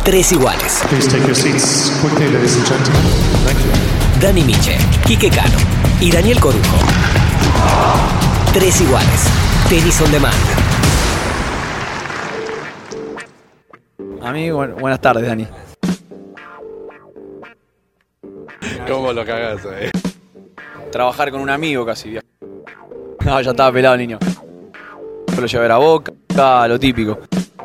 Tres iguales. Please take your seats quickly, ladies and gentlemen. Thank you. Dani Miche, Quique Cano y Daniel Corujo. Tres iguales. Tenis on demand. A mí, buenas tardes, Dani. ¿Cómo lo cagás, Trabajar con un amigo casi. No, ya estaba pelado el niño. Yo lo llevé a la Boca, lo típico.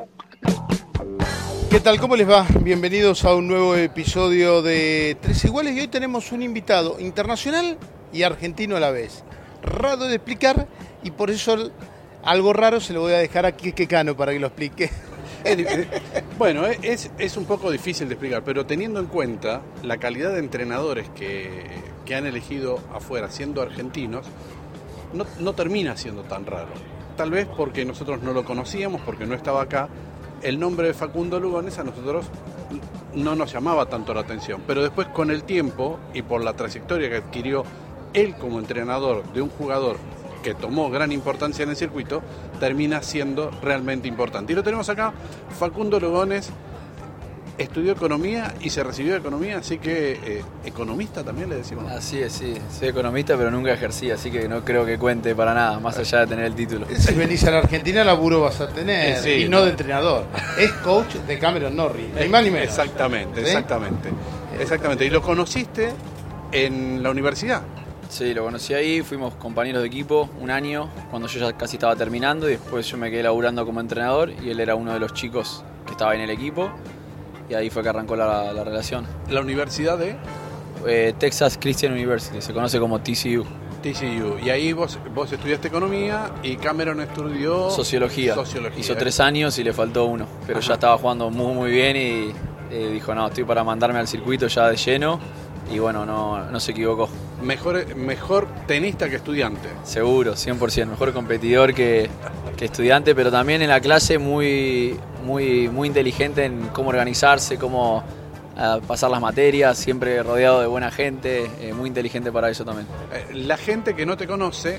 ¿Qué tal? ¿Cómo les va? Bienvenidos a un nuevo episodio de Tres Iguales y hoy tenemos un invitado internacional y argentino a la vez. Raro de explicar y por eso algo raro se lo voy a dejar a Quique Cano para que lo explique. Bueno, es un poco difícil de explicar, pero teniendo en cuenta la calidad de entrenadores que han elegido afuera siendo argentinos, no termina siendo tan raro. Tal vez porque nosotros no lo conocíamos, porque no estaba acá. El nombre de Facundo Lugones a nosotros no nos llamaba tanto la atención, pero después con el tiempo y por la trayectoria que adquirió él como entrenador de un jugador que tomó gran importancia en el circuito, termina siendo realmente importante. Y lo tenemos acá, Facundo Lugones, estudió economía y se recibió de economía, así que economista también le decimos. Así es, sí. Soy economista, pero nunca ejercí, así que no creo que cuente para nada, más allá de tener el título. Si venís a la Argentina, laburo vas a tener, sí, y no de entrenador. Es coach de Cameron Norrie, ni más ni menos. Exactamente, ¿Sí? exactamente. ¿Y lo conociste en la universidad? Sí, lo conocí ahí, fuimos compañeros de equipo un año, cuando yo ya casi estaba terminando, y después yo me quedé laburando como entrenador, y él era uno de los chicos que estaba en el equipo. Y ahí fue que arrancó la relación. La universidad de Texas Christian University, se conoce como TCU. TCU. Y ahí vos estudiaste economía y Cameron estudió Sociología. Hizo 3 años y le faltó 1, pero Ajá. ya estaba jugando muy bien y dijo, no, estoy para mandarme al circuito ya de lleno. Y bueno, no se equivocó. Mejor tenista que estudiante. Seguro, 100%. Mejor competidor que estudiante, pero también en la clase muy inteligente en cómo organizarse, cómo pasar las materias, siempre rodeado de buena gente, muy inteligente para eso también. La gente que no te conoce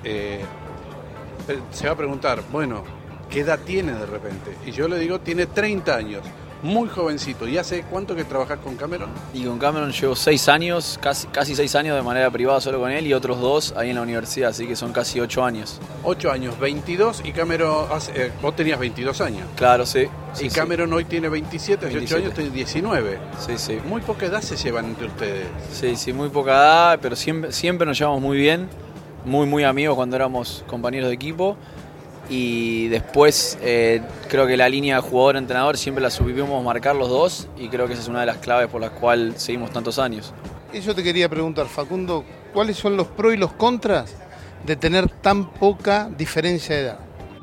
se va a preguntar, bueno, ¿qué edad tiene de repente? Y yo le digo, tiene 30 años, muy jovencito. ¿Y hace cuánto que trabajás con Cameron? Y con Cameron llevo 6 años, casi 6 años de manera privada solo con él y otros 2 ahí en la universidad, así que son casi 8 años. 8 años, 22 y Cameron, vos tenías 22 años. Claro, sí. Y Cameron hoy tiene 27, hace 8 años tiene 19. Sí. Muy poca edad se llevan entre ustedes. Sí, muy poca edad, pero siempre nos llevamos muy bien, muy amigos cuando éramos compañeros de equipo. Y después creo que la línea de jugador-entrenador siempre la supimos marcar los dos y creo que esa es una de las claves por las cuales seguimos tantos años. Eso te quería preguntar, Facundo, ¿cuáles son los pros y los contras de tener tan poca diferencia de edad?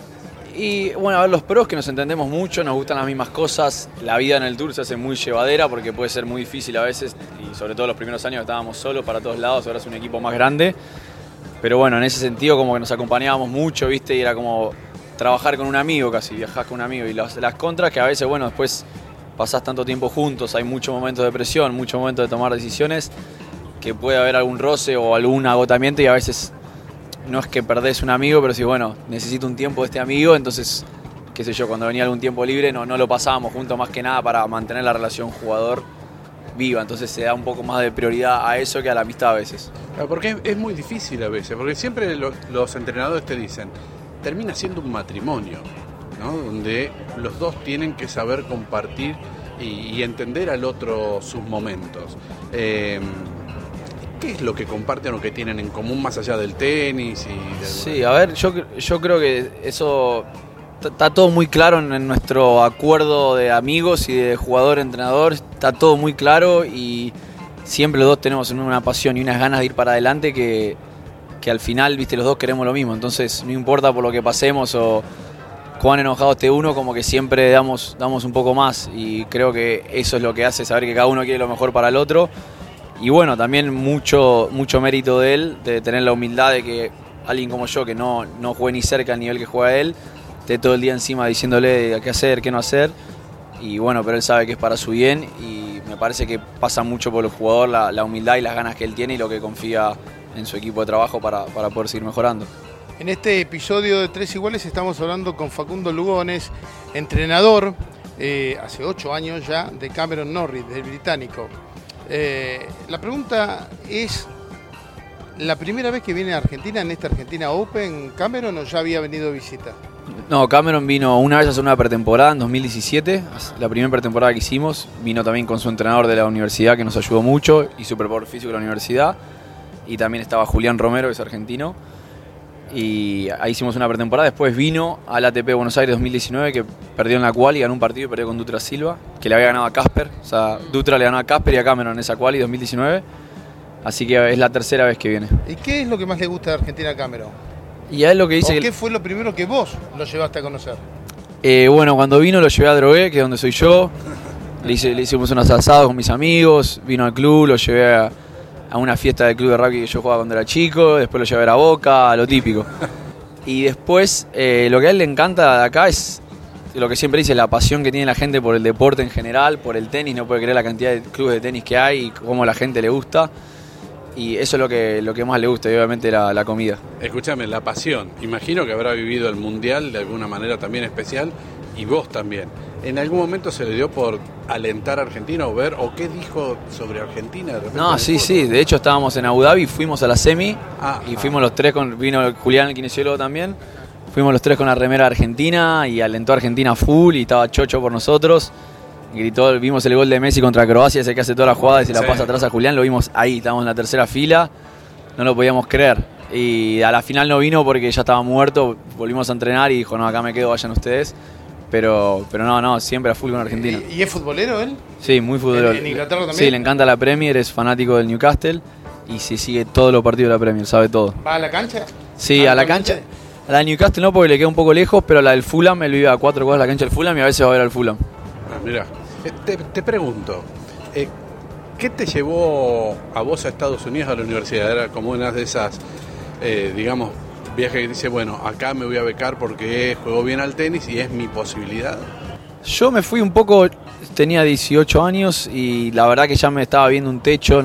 Y bueno, a ver, los pros que nos entendemos mucho, nos gustan las mismas cosas, la vida en el tour se hace muy llevadera porque puede ser muy difícil a veces y sobre todo los primeros años estábamos solos para todos lados, ahora es un equipo más grande. Pero bueno, en ese sentido como que nos acompañábamos mucho, ¿viste? Y era como trabajar con un amigo casi, viajás con un amigo. Y las contras que a veces, bueno, después pasás tanto tiempo juntos, hay muchos momentos de presión, muchos momentos de tomar decisiones, que puede haber algún roce o algún agotamiento y a veces no es que perdés un amigo, pero sí, bueno, necesito un tiempo de este amigo, entonces, qué sé yo, cuando venía algún tiempo libre no lo pasábamos juntos más que nada para mantener la relación jugador viva, entonces se da un poco más de prioridad a eso que a la amistad a veces. Porque es muy difícil a veces, porque siempre los entrenadores te dicen, termina siendo un matrimonio, ¿no? Donde los dos tienen que saber compartir y entender al otro sus momentos. ¿Qué es lo que comparten o que tienen en común más allá del tenis? Sí, a ver, yo creo que eso está todo muy claro en nuestro acuerdo de amigos y de jugador-entrenador, está todo muy claro y siempre los dos tenemos una pasión y unas ganas de ir para adelante que al final, viste, los dos queremos lo mismo, entonces no importa por lo que pasemos o cuán enojado esté uno, como que siempre damos un poco más y creo que eso es lo que hace saber que cada uno quiere lo mejor para el otro y bueno, también mucho mérito de él, de tener la humildad de que alguien como yo que no juegue ni cerca al nivel que juega él, esté todo el día encima diciéndole qué hacer, qué no hacer y bueno, pero él sabe que es para su bien y me parece que pasa mucho por el jugador la humildad y las ganas que él tiene y lo que confía en su equipo de trabajo para poder seguir mejorando. En este episodio de Tres Iguales estamos hablando con Facundo Lugones, entrenador hace 8 años ya, de Cameron Norrie, del británico. La pregunta es, ¿la primera vez que viene a Argentina, en esta Argentina Open, Cameron, o ya había venido de visita? No, Cameron vino una vez a hacer una pretemporada en 2017, la primera pretemporada que hicimos. Vino también con su entrenador de la universidad que nos ayudó mucho y su preparador físico de la universidad. Y también estaba Julián Romero, que es argentino. Y ahí hicimos una pretemporada. Después vino al ATP Buenos Aires 2019, que perdió en la quali, ganó un partido y perdió con Dutra Silva, que le había ganado a Casper. O sea, Dutra le ganó a Casper y a Cameron en esa quali 2019. Así que es la tercera vez que viene. ¿Y qué es lo que más le gusta de Argentina a Cameron? Y a él lo que dice... ¿Qué fue lo primero que vos lo llevaste a conocer? Bueno, cuando vino lo llevé a Drogué, que es donde soy yo. Le hicimos unos asados con mis amigos. Vino al club, lo llevé a una fiesta del club de rugby que yo jugaba cuando era chico. Después lo llevé a ver a Boca, lo típico. Y después, lo que a él le encanta de acá es lo que siempre dice, la pasión que tiene la gente por el deporte en general, por el tenis. No puede creer la cantidad de clubes de tenis que hay y cómo a la gente le gusta. Y eso es lo que más le gusta, y obviamente la comida. Escúchame, la pasión. Imagino que habrá vivido el Mundial de alguna manera también especial, y vos también. ¿En algún momento se le dio por alentar a Argentina o ver, o qué dijo sobre Argentina de repente? No, sí. De hecho estábamos en Abu Dhabi, fuimos a la semi y fuimos los tres, vino Julián, el kinesiólogo también. Fuimos los tres con la remera argentina y alentó a Argentina full y estaba chocho por nosotros. Gritó, vimos el gol de Messi contra Croacia, ese que hace toda la jugada y se la pasa atrás a Julián, lo vimos ahí, estábamos en la tercera fila, no lo podíamos creer. Y a la final no vino porque ya estaba muerto, volvimos a entrenar y dijo, no, acá me quedo, vayan ustedes. Pero no, siempre a full con Argentina. ¿Y es futbolero él? Sí, muy futbolero. ¿En Inglaterra también? Sí, le encanta la Premier, es fanático del Newcastle y se sigue todos los partidos de la Premier, sabe todo. ¿Va a la cancha? Sí, a la cancha. A la de Newcastle no, porque le queda un poco lejos, pero a la del Fulham, él vive a 4 cuadras de la cancha del Fulham y a veces va a ver al Fulham. Mirá, te pregunto, ¿qué te llevó a vos a Estados Unidos a la universidad? Era como una de esas, digamos, viajes que dice, bueno, acá me voy a becar porque juego bien al tenis y es mi posibilidad. Yo me fui un poco, tenía 18 años y la verdad que ya me estaba viendo un techo,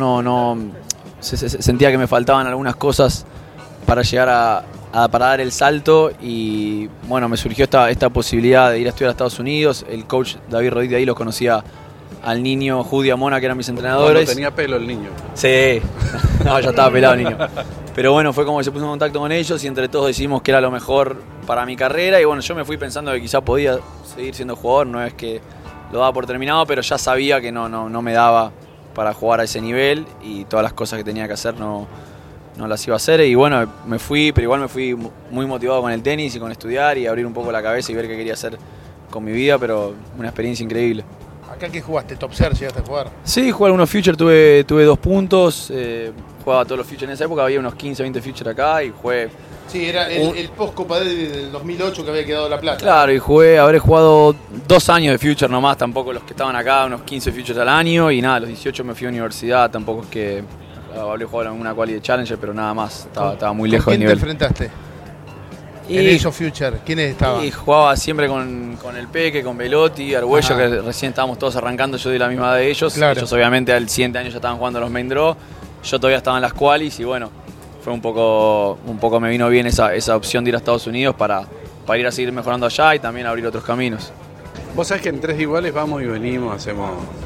sentía que me faltaban algunas cosas para llegar para dar el salto y bueno, me surgió esta posibilidad de ir a estudiar a Estados Unidos. El coach David Rodríguez de ahí los conocía al niño Judy Amona, que eran mis entrenadores. Cuando tenía pelo el niño. Sí, no, ya estaba pelado el niño. Pero bueno, fue como que se puso en contacto con ellos y entre todos decidimos que era lo mejor para mi carrera y bueno, yo me fui pensando que quizá podía seguir siendo jugador, no es que lo daba por terminado, pero ya sabía que no me daba para jugar a ese nivel y todas las cosas que tenía que hacer no las iba a hacer y bueno, me fui, pero igual me fui muy motivado con el tenis y con estudiar y abrir un poco la cabeza y ver qué quería hacer con mi vida, pero una experiencia increíble. ¿Acá qué jugaste? ¿Top Ser llegaste a jugar? Sí, jugué algunos Future, tuve 2 puntos, jugaba todos los Future en esa época, había unos 15, 20 Future acá y jugué... Sí, era el post-Copa del 2008 que había quedado La Plata. Claro, y habré jugado 2 años de Future nomás, tampoco los que estaban acá, unos 15 Futures al año y nada, a los 18 me fui a universidad, tampoco es que... Hablé jugado en alguna quali de Challenger, pero nada más, estaba muy lejos del nivel. ¿Quién te enfrentaste? En esos Future, ¿quiénes estaban? Y jugaba siempre con el Peque, con Velotti, Argüello, que recién estábamos todos arrancando, yo de la misma edad de ellos. Claro. Ellos obviamente al siguiente año ya estaban jugando los main draw, yo todavía estaba en las qualis y bueno, fue un poco me vino bien esa opción de ir a Estados Unidos para ir a seguir mejorando allá y también abrir otros caminos. Vos sabés que en Tres Iguales vamos y venimos, hacemos...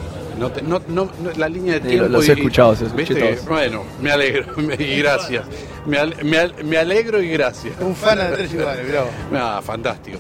la línea de tiempo. Los he escuchado, Bueno, me alegro y gracias. Me alegro y gracias. Un fan de Tres Iguales, bravo. Fantástico.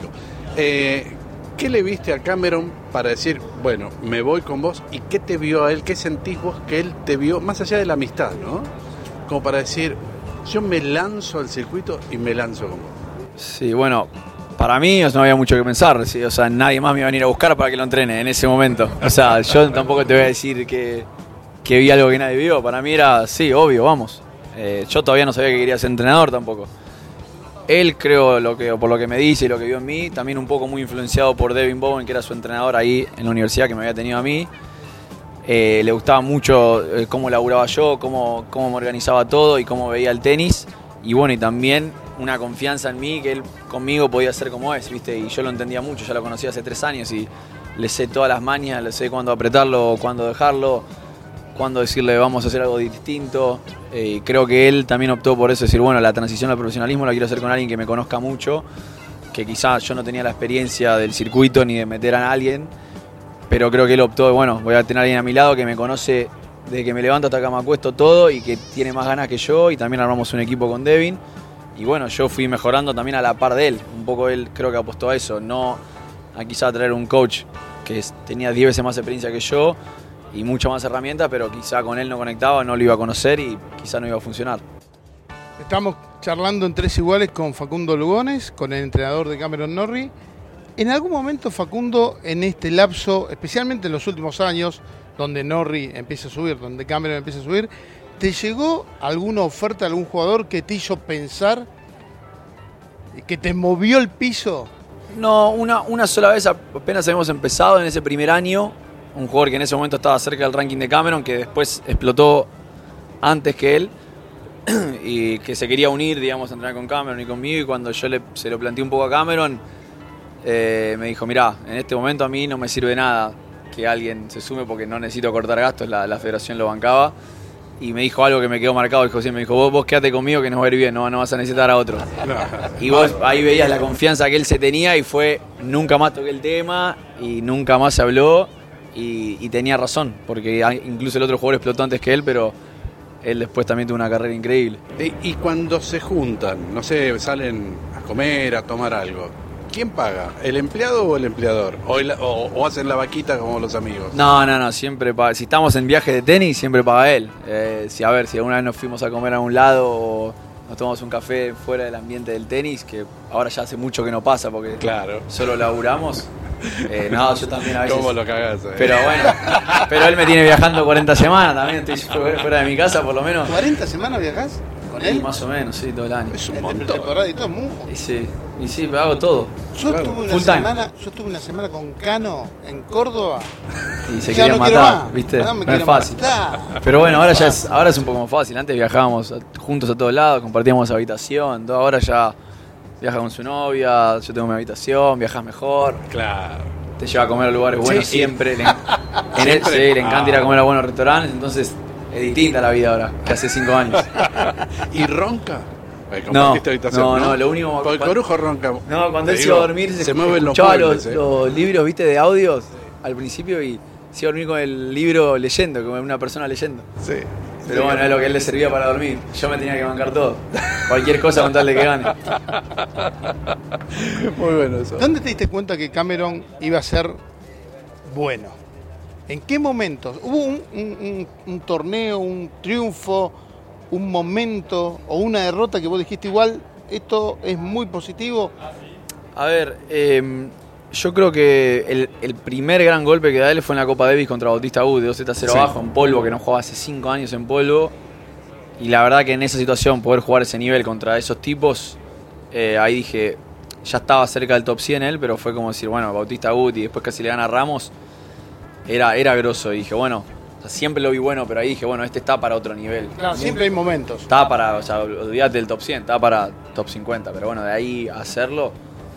¿Qué le viste a Cameron para decir, bueno, me voy con vos? ¿Y qué te vio a él? ¿Qué sentís vos que él te vio? Más allá de la amistad, ¿no? Como para decir, yo me lanzo al circuito y me lanzo con vos. Sí, bueno... Para mí no había mucho que pensar, ¿sí? O sea, nadie más me iba a venir a buscar para que lo entrene en ese momento. O sea, yo tampoco te voy a decir que vi algo que nadie vio. Para mí era, sí, obvio, vamos. Yo todavía no sabía que quería ser entrenador tampoco. Él creo, por lo que me dice y lo que vio en mí, también un poco muy influenciado por Devin Bowen, que era su entrenador ahí en la universidad que me había tenido a mí. Le gustaba mucho cómo laburaba yo, cómo me organizaba todo y cómo veía el tenis. Y bueno, y también una confianza en mí que él conmigo podía ser como es, ¿viste? Y yo lo entendía mucho, ya lo conocí hace 3 años y le sé todas las mañas, le sé cuándo apretarlo, cuándo dejarlo, cuándo decirle vamos a hacer algo distinto. Creo que él también optó por eso, decir, bueno, la transición al profesionalismo la quiero hacer con alguien que me conozca mucho, que quizás yo no tenía la experiencia del circuito ni de meter a alguien, pero creo que él optó, bueno, voy a tener a alguien a mi lado que me conoce desde que me levanto hasta que me acuesto todo y que tiene más ganas que yo, y también armamos un equipo con Devin. Y bueno, yo fui mejorando también a la par de él. Un poco él creo que apostó a eso, no a quizá traer un coach que tenía 10 veces más experiencia que yo y mucha más herramientas, pero quizá con él no conectaba, no lo iba a conocer y quizá no iba a funcionar. Estamos charlando en Tres Iguales con Facundo Lugones, con el entrenador de Cameron Norrie. En algún momento, Facundo, en este lapso, especialmente en los últimos años, donde Norrie empieza a subir, donde Cameron empieza a subir, ¿te llegó alguna oferta de algún jugador que te hizo pensar, que te movió el piso? No, una sola vez apenas habíamos empezado en ese primer año, un jugador que en ese momento estaba cerca del ranking de Cameron, que después explotó antes que él y que se quería unir, digamos, a entrenar con Cameron y conmigo, y cuando yo se lo planteé un poco a Cameron, me dijo, mirá, en este momento a mí no me sirve nada que alguien se sume porque no necesito cortar gastos, la federación lo bancaba, y me dijo algo que me quedó marcado, dijo siempre, me dijo, vos quédate conmigo que nos va a ir bien, no vas a necesitar a otro. Y vos ahí veías la confianza que él se tenía y fue, nunca más toqué el tema y nunca más se habló, y tenía razón, porque incluso el otro jugador explotó antes que él, pero él después también tuvo una carrera increíble. Y cuando se juntan, no sé, salen a comer, a tomar algo, ¿quién paga? ¿El empleado o el empleador? ¿O hacen la vaquita como los amigos? No, siempre paga. Si estamos en viaje de tenis, siempre paga él. Si alguna vez nos fuimos a comer a un lado o nos tomamos un café fuera del ambiente del tenis, que ahora ya hace mucho que no pasa porque claro, solo laburamos. Yo también a veces. ¿Cómo lo cagás? Pero bueno, pero él me tiene viajando 40 semanas también, estoy fuera de mi casa por lo menos. ¿40 semanas viajás con él? Más o menos, sí, todo el año. Es un Entre montón. temporada y todo, mucho. Y sí, hago todo. Yo Claro, estuve una semana con Cano en Córdoba. Y se Ya querían no quiero matar, más. ¿viste? No me No es quiero fácil. matar. Pero bueno, ahora es un poco más fácil. Antes viajábamos juntos a todos lados, compartíamos habitación. Ahora ya viaja con su novia, yo tengo mi habitación, viajas mejor. Claro. Te lleva a comer a lugares buenos Sí. siempre. Le encanta ir a comer a buenos restaurantes, entonces es distinta la vida ahora, que hace 5 años. ¿Y ronca? No, ¿Compartiste habitación? no, lo único... Porque el corujo ronca. No, cuando él Te se iba a digo, dormir se mueven los escuchaba muebles, los libros, viste, de audios al principio y se iba a dormir con el libro leyendo, como una persona leyendo. Sí. Pero bueno, es lo que él le servía para dormir. Yo me tenía que bancar todo. Cualquier cosa con tal de que gane. Muy bueno eso. ¿Dónde te diste cuenta que Cameron iba a ser bueno? ¿En qué momentos? ¿Hubo un torneo, un triunfo, un momento o una derrota que vos dijiste igual, esto es muy positivo? A ver, yo creo que el primer gran golpe que da él fue en la Copa Davis contra Bautista Agut, de 2-0 Sí. abajo en polvo, que no jugaba hace 5 años en polvo. Y la verdad que en esa situación, poder jugar ese nivel contra esos tipos, ahí dije, ya estaba cerca del top 100 él, pero fue como decir, bueno, Bautista Agut y después casi le gana a Ramos, era grosso. Y dije, bueno, o sea, siempre lo vi bueno, pero ahí dije, bueno, este está para otro nivel. Claro, siempre hay momentos. Estaba para, o sea, olvídate del top 100, estaba para top 50, pero bueno, de ahí a hacerlo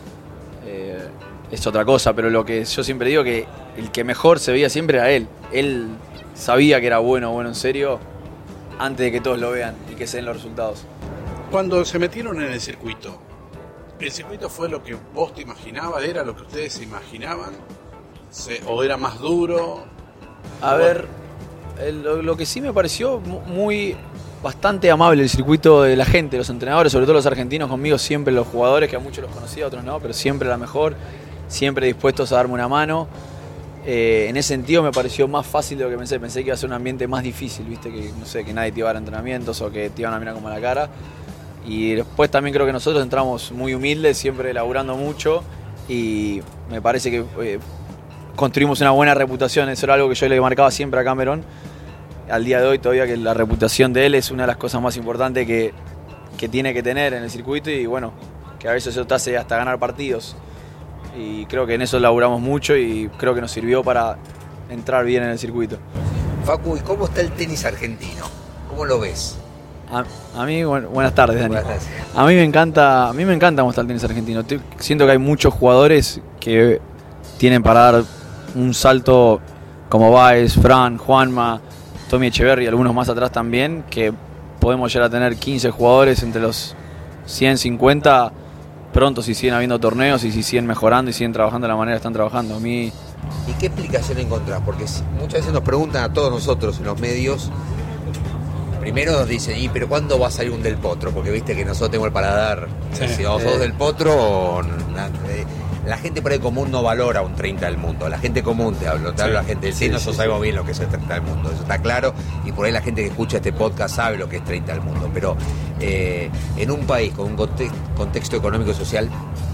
es otra cosa. Pero lo que yo siempre digo que el que mejor se veía siempre era él. Él sabía que era bueno en serio, antes de que todos lo vean y que se den los resultados. Cuando se metieron en el circuito fue lo que vos te imaginabas? ¿Era lo que ustedes se imaginaban? ¿O era más duro? A ver, lo que sí me pareció bastante amable el circuito de la gente, los entrenadores, sobre todo los argentinos conmigo, siempre los jugadores, que a muchos los conocía, a otros no, pero siempre la mejor, siempre dispuestos a darme una mano. En ese sentido me pareció más fácil de lo que pensé que iba a ser un ambiente más difícil, viste, que no sé, que nadie te iba a dar entrenamientos o que te iban a mirar como a la cara. Y después también creo que nosotros entramos muy humildes, siempre laburando mucho, y me parece que construimos una buena reputación. Eso era algo que yo le marcaba siempre a Cameron. Al día de hoy todavía que la reputación de él es una de las cosas más importantes que tiene que tener en el circuito, y bueno, que a veces eso te hace hasta ganar partidos. Y creo que en eso laburamos mucho y creo que nos sirvió para entrar bien en el circuito. Facu, ¿y cómo está el tenis argentino? ¿Cómo lo ves? A mí, buenas tardes, Dani. Buenas tardes. A mí me encanta cómo está el tenis argentino. Siento que hay muchos jugadores que tienen para dar un salto, como Báez, Fran, Juanma, Tommy Echeverry y algunos más atrás también, que podemos llegar a tener 15 jugadores entre los 150 pronto si siguen habiendo torneos y si siguen mejorando y siguen trabajando de la manera que están trabajando. A mí... ¿Y qué explicación encontrás? Porque muchas veces nos preguntan a todos nosotros en los medios, primero nos dicen, pero ¿cuándo va a salir un Del Potro? Porque viste que nosotros tenemos el paladar, si no sos Del Potro, la gente por ahí común no valora un 30 del mundo. La gente común te habla la gente del tenis, nosotros sabemos bien lo que es el 30 del mundo, eso está claro, y por ahí la gente que escucha este podcast sabe lo que es 30 del mundo. Pero en un país con un contexto económico y social,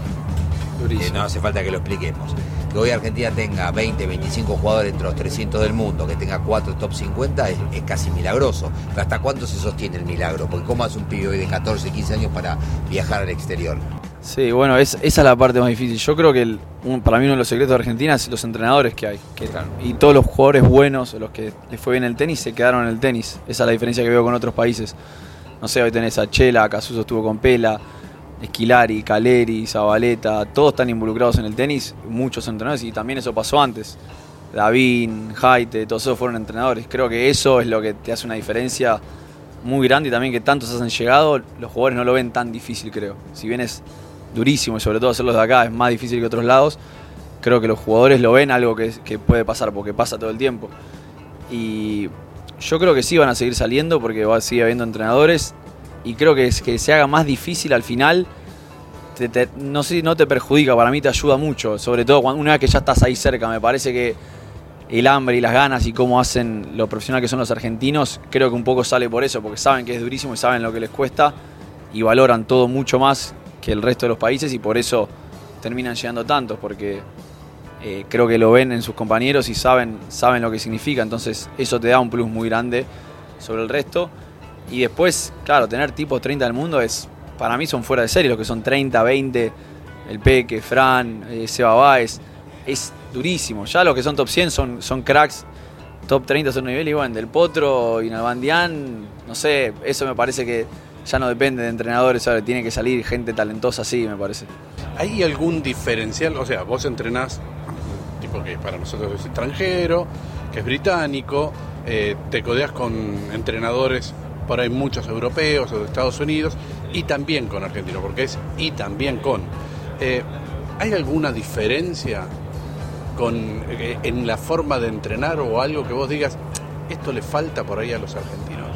no hace falta que lo expliquemos. Que hoy Argentina tenga 20, 25 jugadores entre los 300 del mundo, que tenga 4 top 50, es casi milagroso. Pero ¿hasta cuánto se sostiene el milagro? Porque ¿cómo hace un pibe hoy de 14, 15 años para viajar al exterior? Sí, bueno, esa es la parte más difícil. Yo creo que para mí uno de los secretos de Argentina es los entrenadores que hay. Y todos los jugadores buenos, los que les fue bien el tenis, se quedaron en el tenis. Esa es la diferencia que veo con otros países. No sé, hoy tenés a Chela, Casuso estuvo con Pela, Esquilari, Caleri, Zabaleta, todos están involucrados en el tenis, muchos entrenadores, y también eso pasó antes. Davín, Jaite, todos esos fueron entrenadores. Creo que eso es lo que te hace una diferencia muy grande, y también que tantos han llegado, los jugadores no lo ven tan difícil, creo. Si bien es durísimo, y sobre todo hacerlo de acá es más difícil que otros lados, creo que los jugadores lo ven algo que puede pasar, porque pasa todo el tiempo. Y yo creo que sí van a seguir saliendo, porque sigue habiendo entrenadores, y creo que se haga más difícil al final, no sé, no te perjudica, para mí te ayuda mucho, sobre todo una vez que ya estás ahí cerca. Me parece que el hambre y las ganas y cómo hacen lo profesional que son los argentinos, creo que un poco sale por eso, porque saben que es durísimo y saben lo que les cuesta y valoran todo mucho más que el resto de los países, y por eso terminan llegando tantos, porque creo que lo ven en sus compañeros y saben lo que significa. Entonces eso te da un plus muy grande sobre el resto. Y después, claro, tener tipos 30 del mundo para mí son fuera de serie, los que son 30, 20, el Peque, Fran, Seba Báez, es durísimo. Ya los que son top 100 son cracks, top 30 son un nivel, y bueno, Del Potro y Nalbandián, no sé, eso me parece que ya no depende de entrenadores, ¿sabes? Tiene que salir gente talentosa así, me parece. ¿Hay algún diferencial? O sea, vos entrenás tipo que para nosotros es extranjero, que es británico, te codeas con entrenadores por ahí muchos europeos o de Estados Unidos, y también con argentinos, porque es y también con. ¿Hay alguna diferencia en la forma de entrenar o algo que vos digas, esto le falta por ahí a los argentinos?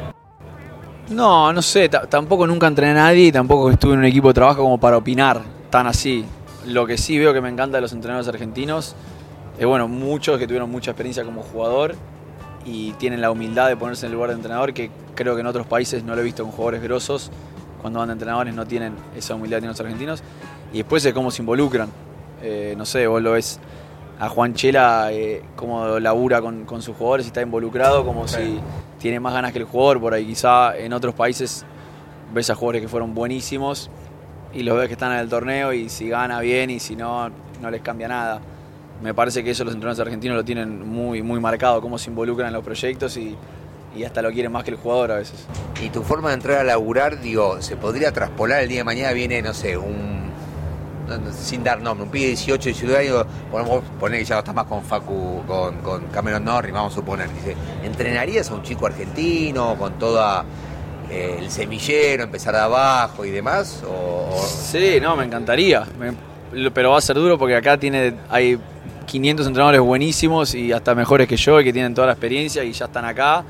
No sé, tampoco nunca entrené a nadie y tampoco estuve en un equipo de trabajo como para opinar tan así. Lo que sí veo que me encanta de los entrenadores argentinos es, bueno, muchos que tuvieron mucha experiencia como jugador y tienen la humildad de ponerse en el lugar de entrenador, que creo que en otros países no lo he visto con jugadores grosos. Cuando van de entrenadores no tienen esa humildad que tienen los argentinos. Y después es cómo se involucran. No sé, vos lo ves a Juan Chela, cómo labura con sus jugadores y está involucrado, como si tiene más ganas que el jugador. Por ahí quizá en otros países ves a jugadores que fueron buenísimos y los ves que están en el torneo, y si gana bien y si no, no les cambia nada. Me parece que eso los entrenadores argentinos lo tienen muy, muy marcado, cómo se involucran en los proyectos y hasta lo quieren más que el jugador a veces. Y tu forma de entrar a laburar, digo, ¿se podría traspolar? El día de mañana viene, no sé, sin dar nombre, un pibe de 18, 19 años, podemos poner que ya no está más con Facu, con Cameron Norrie, vamos a suponer. Dice, ¿entrenarías a un chico argentino con toda el semillero, empezar de abajo y demás? Sí, no, me encantaría, pero va a ser duro porque acá hay 500 entrenadores buenísimos y hasta mejores que yo y que tienen toda la experiencia y ya están acá.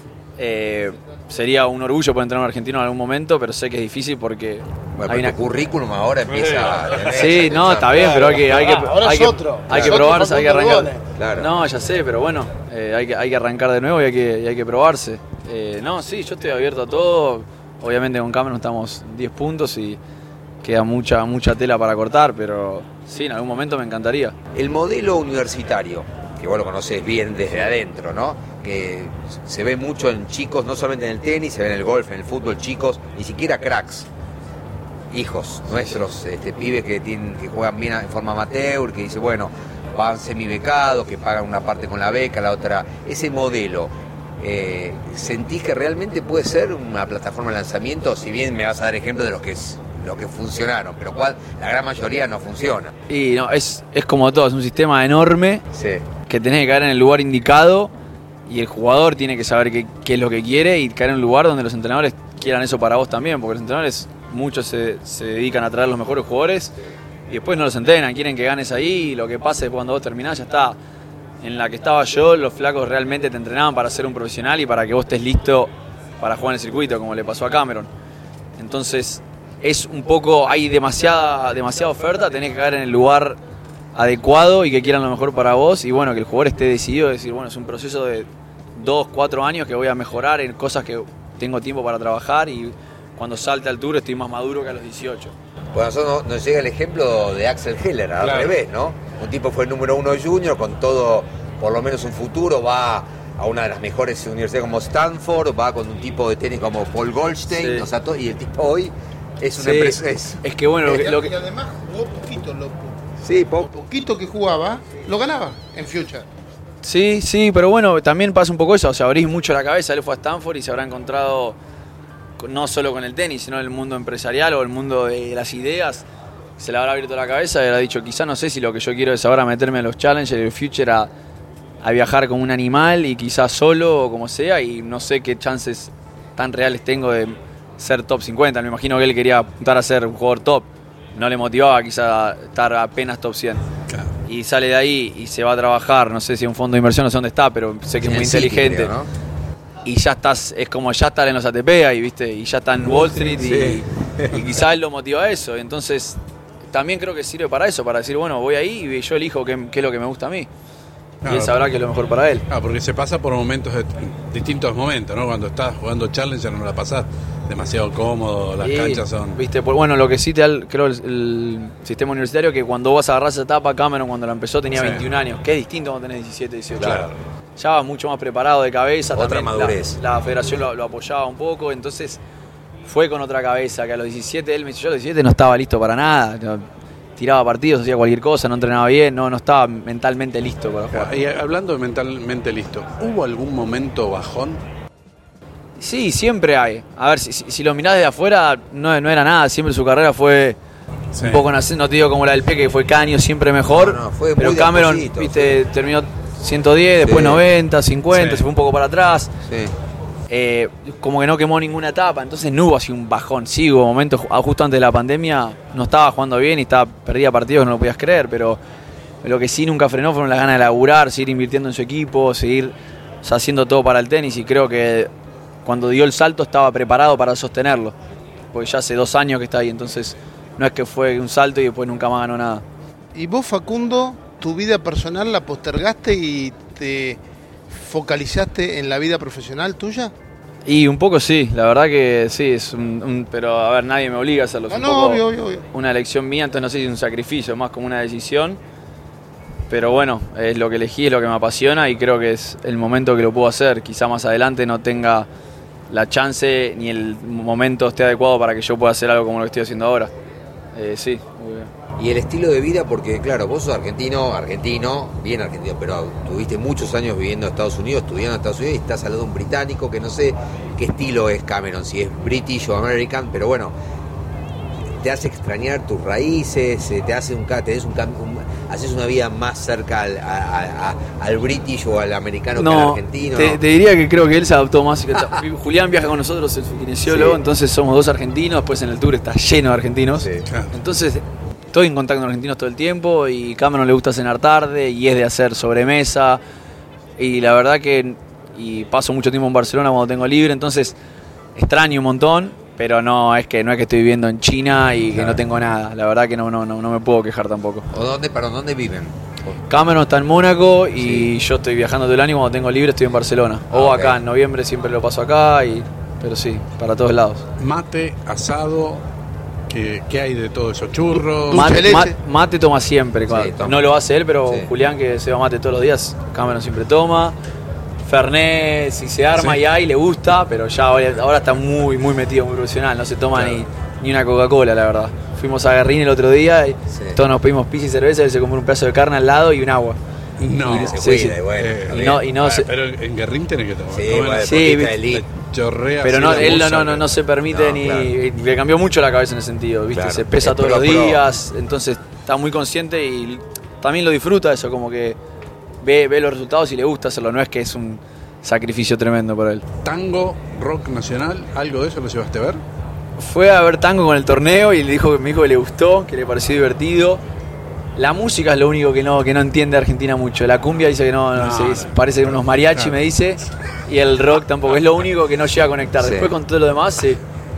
Sería un orgullo poder entrenar a un argentino en algún momento, pero sé que es difícil porque hay tu currículum ahora empieza a tener, sí, no, está bien, pero hay que probarse, hay que arrancar. Claro. No, ya sé, pero bueno, hay que arrancar de nuevo y hay que probarse. No, sí, yo estoy abierto a todo. Obviamente con Cameron estamos 10 puntos y queda mucha tela para cortar, pero sí, en algún momento me encantaría. El modelo universitario, que vos lo conocés bien desde adentro, ¿no? Que se ve mucho en chicos, no solamente en el tenis, se ve en el golf, en el fútbol, chicos, ni siquiera cracks, hijos nuestros, pibes que juegan bien en forma amateur, que dice, bueno, van semibecados, que pagan una parte con la beca, la otra. Ese modelo, ¿sentís que realmente puede ser una plataforma de lanzamiento? Si bien me vas a dar ejemplos de los que funcionaron, pero la gran mayoría no funciona. Y no, es como todo, es un sistema enorme, sí, que tenés que caer en el lugar indicado y el jugador tiene que saber qué es lo que quiere y caer en un lugar donde los entrenadores quieran eso para vos también, porque los entrenadores muchos se dedican a traer los mejores jugadores y después no los entrenan, quieren que ganes ahí y lo que pasa es que cuando vos terminás ya está. En la que estaba yo, los flacos realmente te entrenaban para ser un profesional y para que vos estés listo para jugar en el circuito, como le pasó a Cameron. Entonces, es un poco, hay demasiada oferta, tenés que caer en el lugar adecuado y que quieran lo mejor para vos y bueno, que el jugador esté decidido, decir, bueno, es un proceso de 2-4 años que voy a mejorar en cosas que tengo tiempo para trabajar y cuando salte al tour estoy más maduro que a los 18. Bueno, a nosotros nos llega el ejemplo de Axel Heller, al revés, ¿no? Un tipo fue el número 1 junior, con todo, por lo menos un futuro, va a una de las mejores universidades como Stanford, va con un tipo de tenis como Paul Goldstein, Sí. o sea, y el tipo hoy es una Sí, empresa... es que bueno, Y además jugó poquito, Sí, lo poquito que jugaba, lo ganaba en Future. sí, pero bueno, también pasa un poco eso, o sea, abrís mucho la cabeza, él fue a Stanford y se habrá encontrado no solo con el tenis, sino en el mundo empresarial o el mundo de las ideas, se le habrá abierto la cabeza y habrá dicho, quizá no sé si lo que yo quiero es ahora meterme a los Challengers y el Future a viajar como un animal y quizás solo o como sea y no sé qué chances tan reales tengo de ser top 50, me imagino que él quería apuntar a ser un jugador top, no le motivaba quizá estar apenas top 100. Claro. Y sale de ahí y se va a trabajar, no sé si un fondo de inversión, no sé dónde está, pero sé que es muy inteligente. Creo, ¿no? Y ya estás, es como ya estar en los ATP ahí, ¿viste? Y ya está en Wall Street y quizás él lo motiva a eso. Entonces, también creo que sirve para eso, para decir, bueno, voy ahí y yo elijo qué es lo que me gusta a mí. Claro. Y él sabrá que es lo mejor para él. Porque se pasa por momentos, distintos momentos, ¿no? Cuando estás jugando Challenger no la pasás demasiado cómodo, las Y, canchas son... ¿viste? Pues, bueno, lo que sí creo el sistema universitario, que cuando vas a agarrar esa etapa, Cameron cuando la empezó tenía Sí. 21 años, que es distinto cuando tenés 17, 18. Claro. Ya va mucho más preparado de cabeza. Otra también madurez. La federación lo apoyaba un poco, entonces fue con otra cabeza, que a los 17, él me dice, yo a los 17 no estaba listo para nada, tiraba partidos, hacía cualquier cosa, no entrenaba bien, no estaba mentalmente listo para jugar. Y hablando de mentalmente listo, ¿hubo algún momento bajón? Sí, siempre hay. A ver, si lo mirás desde afuera, no era nada, siempre su carrera fue... Sí. Un poco en ascenso, no te digo como la del P, que fue caño, siempre mejor. No, fue pero muy de a Cameron, poquito, viste, terminó 110, después Sí. 90, 50, Sí. se fue un poco para atrás. Sí. Como que no quemó ninguna etapa, entonces no hubo así un bajón. Sí, hubo momentos, justo antes de la pandemia, no estaba jugando bien y perdía partidos que no lo podías creer, pero lo que sí nunca frenó fueron las ganas de laburar, seguir invirtiendo en su equipo, seguir haciendo todo para el tenis y creo que cuando dio el salto estaba preparado para sostenerlo, porque ya hace 2 años que está ahí, entonces no es que fue un salto y después nunca más ganó nada. Y vos, Facundo, tu vida personal la postergaste y te focalizaste en la vida profesional tuya. Y un poco sí, la verdad que sí, es pero a ver, nadie me obliga a hacerlo, es un poco Obvio. una elección mía, entonces no sé si es un sacrificio, más como una decisión, pero bueno, es lo que elegí, es lo que me apasiona y creo que es el momento que lo puedo hacer, quizá más adelante no tenga la chance ni el momento esté adecuado para que yo pueda hacer algo como lo que estoy haciendo ahora. Sí, muy bien. Y el estilo de vida, porque claro, vos sos argentino, bien argentino, pero tuviste muchos años viviendo en Estados Unidos, estudiando en Estados Unidos y estás al lado de un británico que no sé qué estilo es Cameron, si es British o American, pero bueno, te hace extrañar tus raíces, te hace haces una vida más cerca al British o al americano que al argentino. Te diría que creo que él se adaptó más. Julián viaja con nosotros, es su kinesiólogo, Sí. entonces somos 2 argentinos, después en el tour está lleno de argentinos. Sí. Claro. Entonces estoy en contacto con argentinos todo el tiempo y Cameron le gusta cenar tarde y es de hacer sobremesa y la verdad que paso mucho tiempo en Barcelona cuando tengo libre, entonces extraño un montón, pero no es que estoy viviendo en China y que no tengo nada, la verdad que no me puedo quejar tampoco. ¿O dónde viven? Cameron está en Mónaco y yo estoy viajando todo el año, cuando tengo libre estoy en Barcelona. O ok. acá, en noviembre siempre lo paso acá, pero sí, para todos lados. Mate, asado, ¿qué hay de todo eso? Churros. Dulce de leche. Mate toma siempre, toma. no lo hace él, pero Sí. Julián que se va mate todos los días, Cameron siempre toma. Fernet, si se arma Sí. y hay, le gusta, pero ya ahora está muy metido, muy profesional, no se toma Claro. ni una Coca-Cola, la verdad. Fuimos a Guerrín el otro día y Sí. todos nos pedimos pizza y cerveza, él se compró un pedazo de carne al lado y un agua. No. Se Sí, cuida, sí. y bueno. Y no Bueno, se- pero en Guerrín tenés que tomar. Sí, ¿no? bueno, Sí, porque viste, está elite. Chorrea Pero así no, la él bolsa, no se permite No, ni. claro. Le cambió mucho la cabeza en ese sentido, ¿viste? Claro. Se pesa Es todos los pro. días, entonces está muy consciente y también lo disfruta eso, como que ve los resultados y le gusta hacerlo, no es que es un sacrificio tremendo para él. Tango, rock nacional, ¿algo de eso lo llevaste a ver? Fue a ver tango con el torneo y me dijo que le gustó, que le pareció divertido. La música es lo único que no entiende Argentina mucho. La cumbia dice que no, parece unos mariachi, me dice. Y el rock tampoco, es lo único que no llega a conectar. Después con todo lo demás, sí.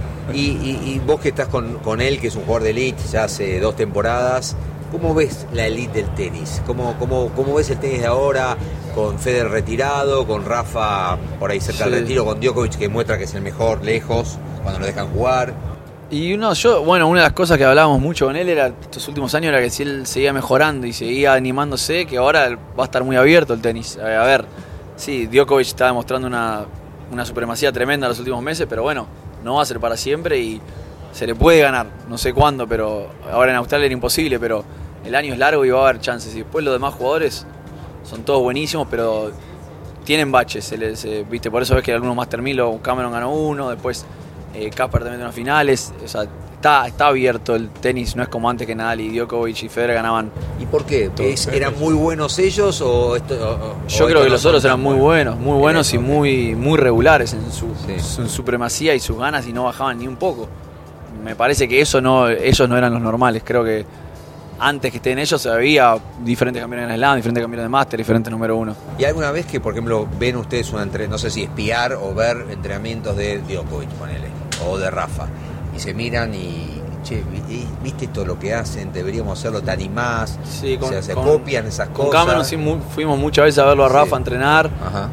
Y vos que estás con él, que es un jugador de elite ya hace 2 temporadas, ¿cómo ves la elite del tenis? ¿Cómo ves el tenis de ahora con Federer retirado, con Rafa por ahí cerca del retiro, con Djokovic que muestra que es el mejor lejos cuando lo dejan jugar? Y una de las cosas que hablábamos mucho con él estos últimos años era que si él seguía mejorando y seguía animándose, que ahora va a estar muy abierto el tenis. A ver, sí, Djokovic está demostrando una supremacía tremenda en los últimos meses, pero bueno, no va a ser para siempre y se le puede ganar. No sé cuándo, pero ahora en Australia era imposible, pero el año es largo y va a haber chances. Y después los demás jugadores son todos buenísimos, pero tienen baches. ¿Viste? Por eso ves que algunos Master 1000, Cameron ganó uno, después Casper también en las finales. O sea, está abierto el tenis, no es como antes que Nadal y Djokovic y Federer ganaban. ¿Y por qué? ¿Eran muy buenos ellos o yo creo que los otros eran muy buenos y muy regulares en su supremacía y sus ganas y no bajaban ni un poco. Me parece que ellos no eran los normales. Creo que antes que estén ellos había diferentes campeones en Slam, diferentes campeones de Master, diferentes número 1. ¿Y alguna vez que, por ejemplo, ven ustedes no sé si espiar o ver entrenamientos de Djokovic, ponele, o de Rafa, y se miran y, che, ¿viste todo lo que hacen? Deberíamos hacerlo, te animás, sí, se copian esas con cosas? Con Cameron sí, fuimos muchas veces a verlo a Rafa entrenar. Ajá.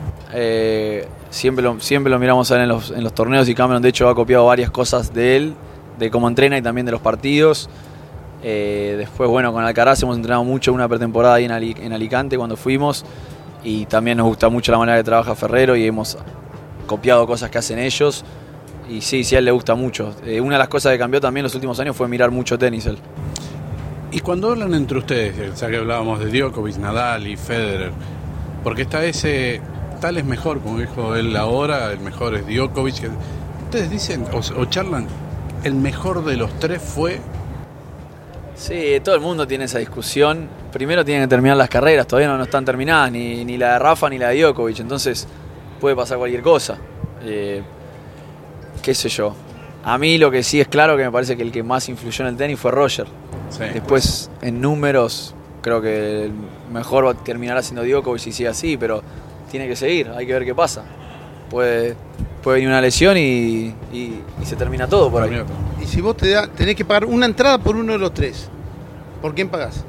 Siempre lo miramos a él en los torneos y Cameron de hecho ha copiado varias cosas de él, de cómo entrena y también de los partidos. Después, bueno, con Alcaraz hemos entrenado mucho una pretemporada ahí en Alicante cuando fuimos y también nos gusta mucho la manera que trabaja Ferrero y hemos copiado cosas que hacen ellos y sí, a él le gusta mucho. Una de las cosas que cambió también en los últimos años fue mirar mucho tenis él. Y cuando hablan entre ustedes, ya que hablábamos de Djokovic, Nadal y Federer, porque está ese, tal es mejor, como dijo él ahora, el mejor es Djokovic, ustedes dicen o charlan, el mejor de los 3 fue... Sí, todo el mundo tiene esa discusión. Primero tienen que terminar las carreras, todavía no están terminadas, ni la de Rafa ni la de Djokovic, entonces puede pasar cualquier cosa. Qué sé yo. A mí lo que sí es claro que me parece que el que más influyó en el tenis fue Roger. Sí, después, en números, creo que el mejor terminará siendo Djokovic si sigue así, pero tiene que seguir, hay que ver qué pasa. Puede venir una lesión y se termina todo por ahí. Y si vos tenés que pagar una entrada por uno de los 3, ¿por quién pagás?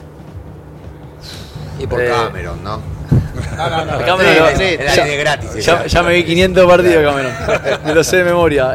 Y por Cameron, ¿no? No. Cameron, Era de gratis. Ya me vi 500 partidos, Cameron. Me lo sé de memoria.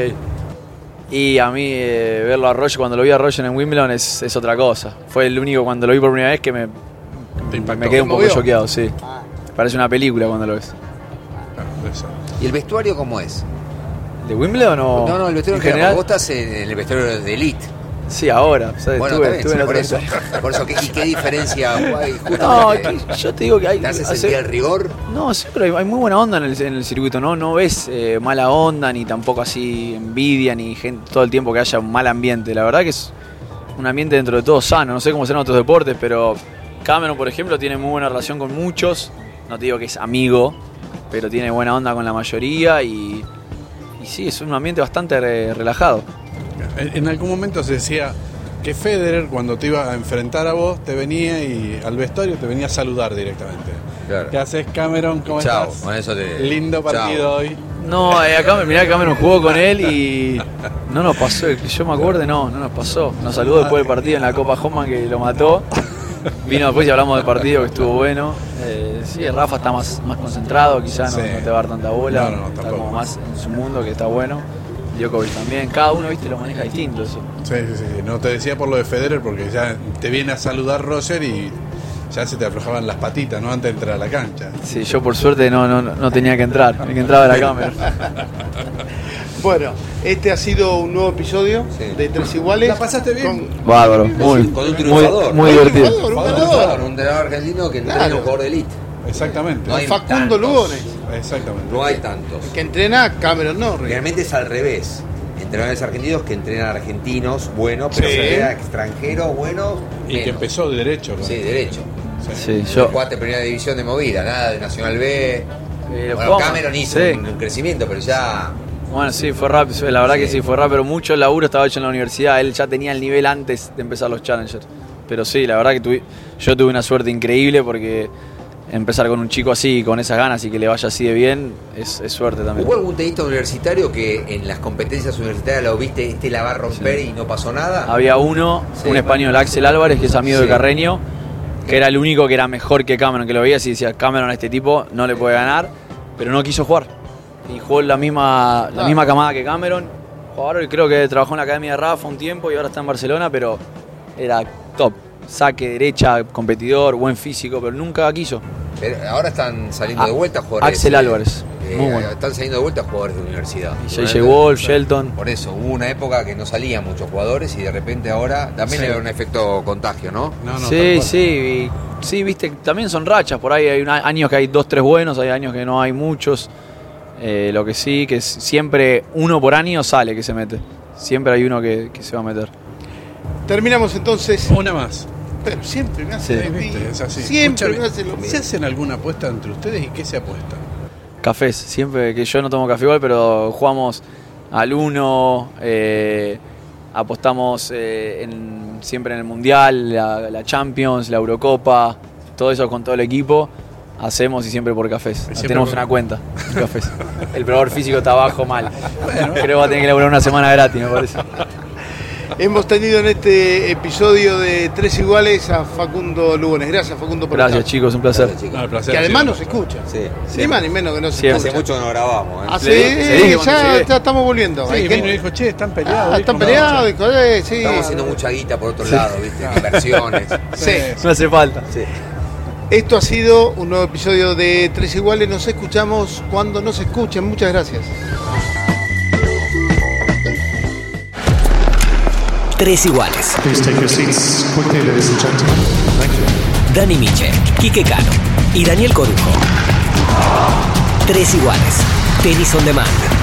Y a mí verlo a Roger, cuando lo vi a Roger en Wimbledon es otra cosa. Fue el único cuando lo vi por primera vez que me quedé un poco choqueado, sí. Parece una película cuando lo ves. ¿Y el vestuario cómo es? ¿De Wimbledon o...? No, el vestuario en general. Vos estás en el vestuario de elite. Sí, ahora. ¿Sabes? Bueno, estuve en por otro eso, ¿y qué diferencia hay? No, yo te digo que hay... ¿Te hace sentir el rigor? No, siempre hay muy buena onda en el circuito, ¿no? No ves mala onda, ni tampoco así envidia, ni gente todo el tiempo que haya un mal ambiente. La verdad que es un ambiente dentro de todo sano. No sé cómo serán otros deportes, pero Cameron, por ejemplo, tiene muy buena relación con muchos. No te digo que es amigo, pero tiene buena onda con la mayoría y sí, es un ambiente bastante relajado. En algún momento se decía que Federer, cuando te iba a enfrentar a vos, te venía y al vestuario te venía a saludar directamente. Claro. ¿Qué haces, Cameron? ¿Cómo Chao, estás? con eso Lindo partido Chao. hoy. No, mirá que Cameron jugó con él y no nos pasó, que yo me acuerde, no nos pasó. Nos saludó después del partido en la Copa Hoffman que lo mató. Vino después y hablamos del partido que estuvo bueno. Sí, Rafa está más concentrado, quizás no te va a dar tanta bola. No, está tampoco. como más en su mundo, que está bueno. Djokovic también, cada uno, viste, lo maneja distinto eso. Sí. No te decía por lo de Federer porque ya te viene a saludar Roger y ya se te aflojaban las patitas, ¿no? Antes de entrar a la cancha. Sí, yo por suerte no tenía que entrar, el que entraba era Cameron. Bueno, este ha sido un nuevo episodio de Tres Iguales. ¿La pasaste bien? Bárbaro, con un triunfador. muy divertido. Un ganador. Un entrenador argentino que entrena un jugador de elite. Exactamente. No hay Facundo tantos. Lugones, Exactamente. No hay tantos. que entrena Cameron Norrie. Realmente es al revés. Entrenadores argentinos que entrenan argentinos buenos, pero Sí. se entrenan extranjeros buenos. Y que menos. empezó de derecho. ¿no? Sí, derecho. Sí, Yo jugaste primera división de movida, nada de Nacional B. Bueno, jugamos, Cameron hizo sí. un crecimiento, pero ya Bueno, sí, fue rápido, la verdad que sí, fue rápido, pero mucho laburo estaba hecho en la universidad, él ya tenía el nivel antes de empezar los Challengers. Pero sí, la verdad que yo tuve una suerte increíble porque empezar con un chico así, con esas ganas y que le vaya así de bien, es suerte también. ¿Hubo algún tenista universitario que en las competencias universitarias lo viste, la va a romper y no pasó nada? Había uno, un español, Axel Álvarez, que es amigo de Carreño, que era el único que era mejor que Cameron, que lo veía y decía, Cameron a este tipo no le puede ganar, pero no quiso jugar. Y jugó la misma camada que Cameron. Jugador, y creo que trabajó en la Academia de Rafa un tiempo y ahora está en Barcelona, pero era top. Saque, derecha, competidor, buen físico, pero nunca quiso. Pero ahora están saliendo de vuelta jugadores. Axel Álvarez, muy bueno. Están saliendo de vuelta jugadores de universidad. J.J. Wolf, Shelton. Por eso, hubo una época que no salían muchos jugadores y de repente ahora también hay un efecto contagio, ¿no? Sí, viste, también son rachas. Por ahí hay años que hay 2, 3 buenos, hay años que no hay muchos. Lo que sí, que siempre uno por año sale que se mete. Siempre hay uno que se va a meter. Terminamos entonces. Una más. Pero siempre me hace Es así. Siempre me hace lo mismo. ¿Se hacen alguna apuesta entre ustedes y qué se apuesta? Cafés, siempre que yo no tomo café igual, pero jugamos al 1, apostamos siempre en el Mundial, la Champions, la Eurocopa, todo eso con todo el equipo. Hacemos y siempre por cafés. Tenemos una cuenta de cafés. El probador físico está abajo mal. Creo que va a tener que laburar una semana gratis, me parece. Hemos tenido en este episodio de Tres Iguales a Facundo Lugones. Gracias, Facundo, por Gracias, estar. chicos, un placer. Gracias, chicos. No, el placer Que ha además sido nos escucha. Sí. Ni más ni menos que nos Sí, escucha. Hace mucho que no grabamos. Ah, sí, dije cuando ya llegué. estamos volviendo. Sí, Hay vino gente- y dijo, che, están peleados. están dijo, peleados, no, dijo, sí. Estamos haciendo mucha guita por otro lado, ¿viste? Inversiones. Sí. No hace falta. Sí. Esto ha sido un nuevo episodio de Tres Iguales. Nos escuchamos cuando nos escuchen. Muchas gracias. Tres Iguales. Please take your seats quickly, ladies and gentlemen. Thank you. Dani Miche, Quique Cano y Daniel Corujo. Tres Iguales. Tenis on Demand.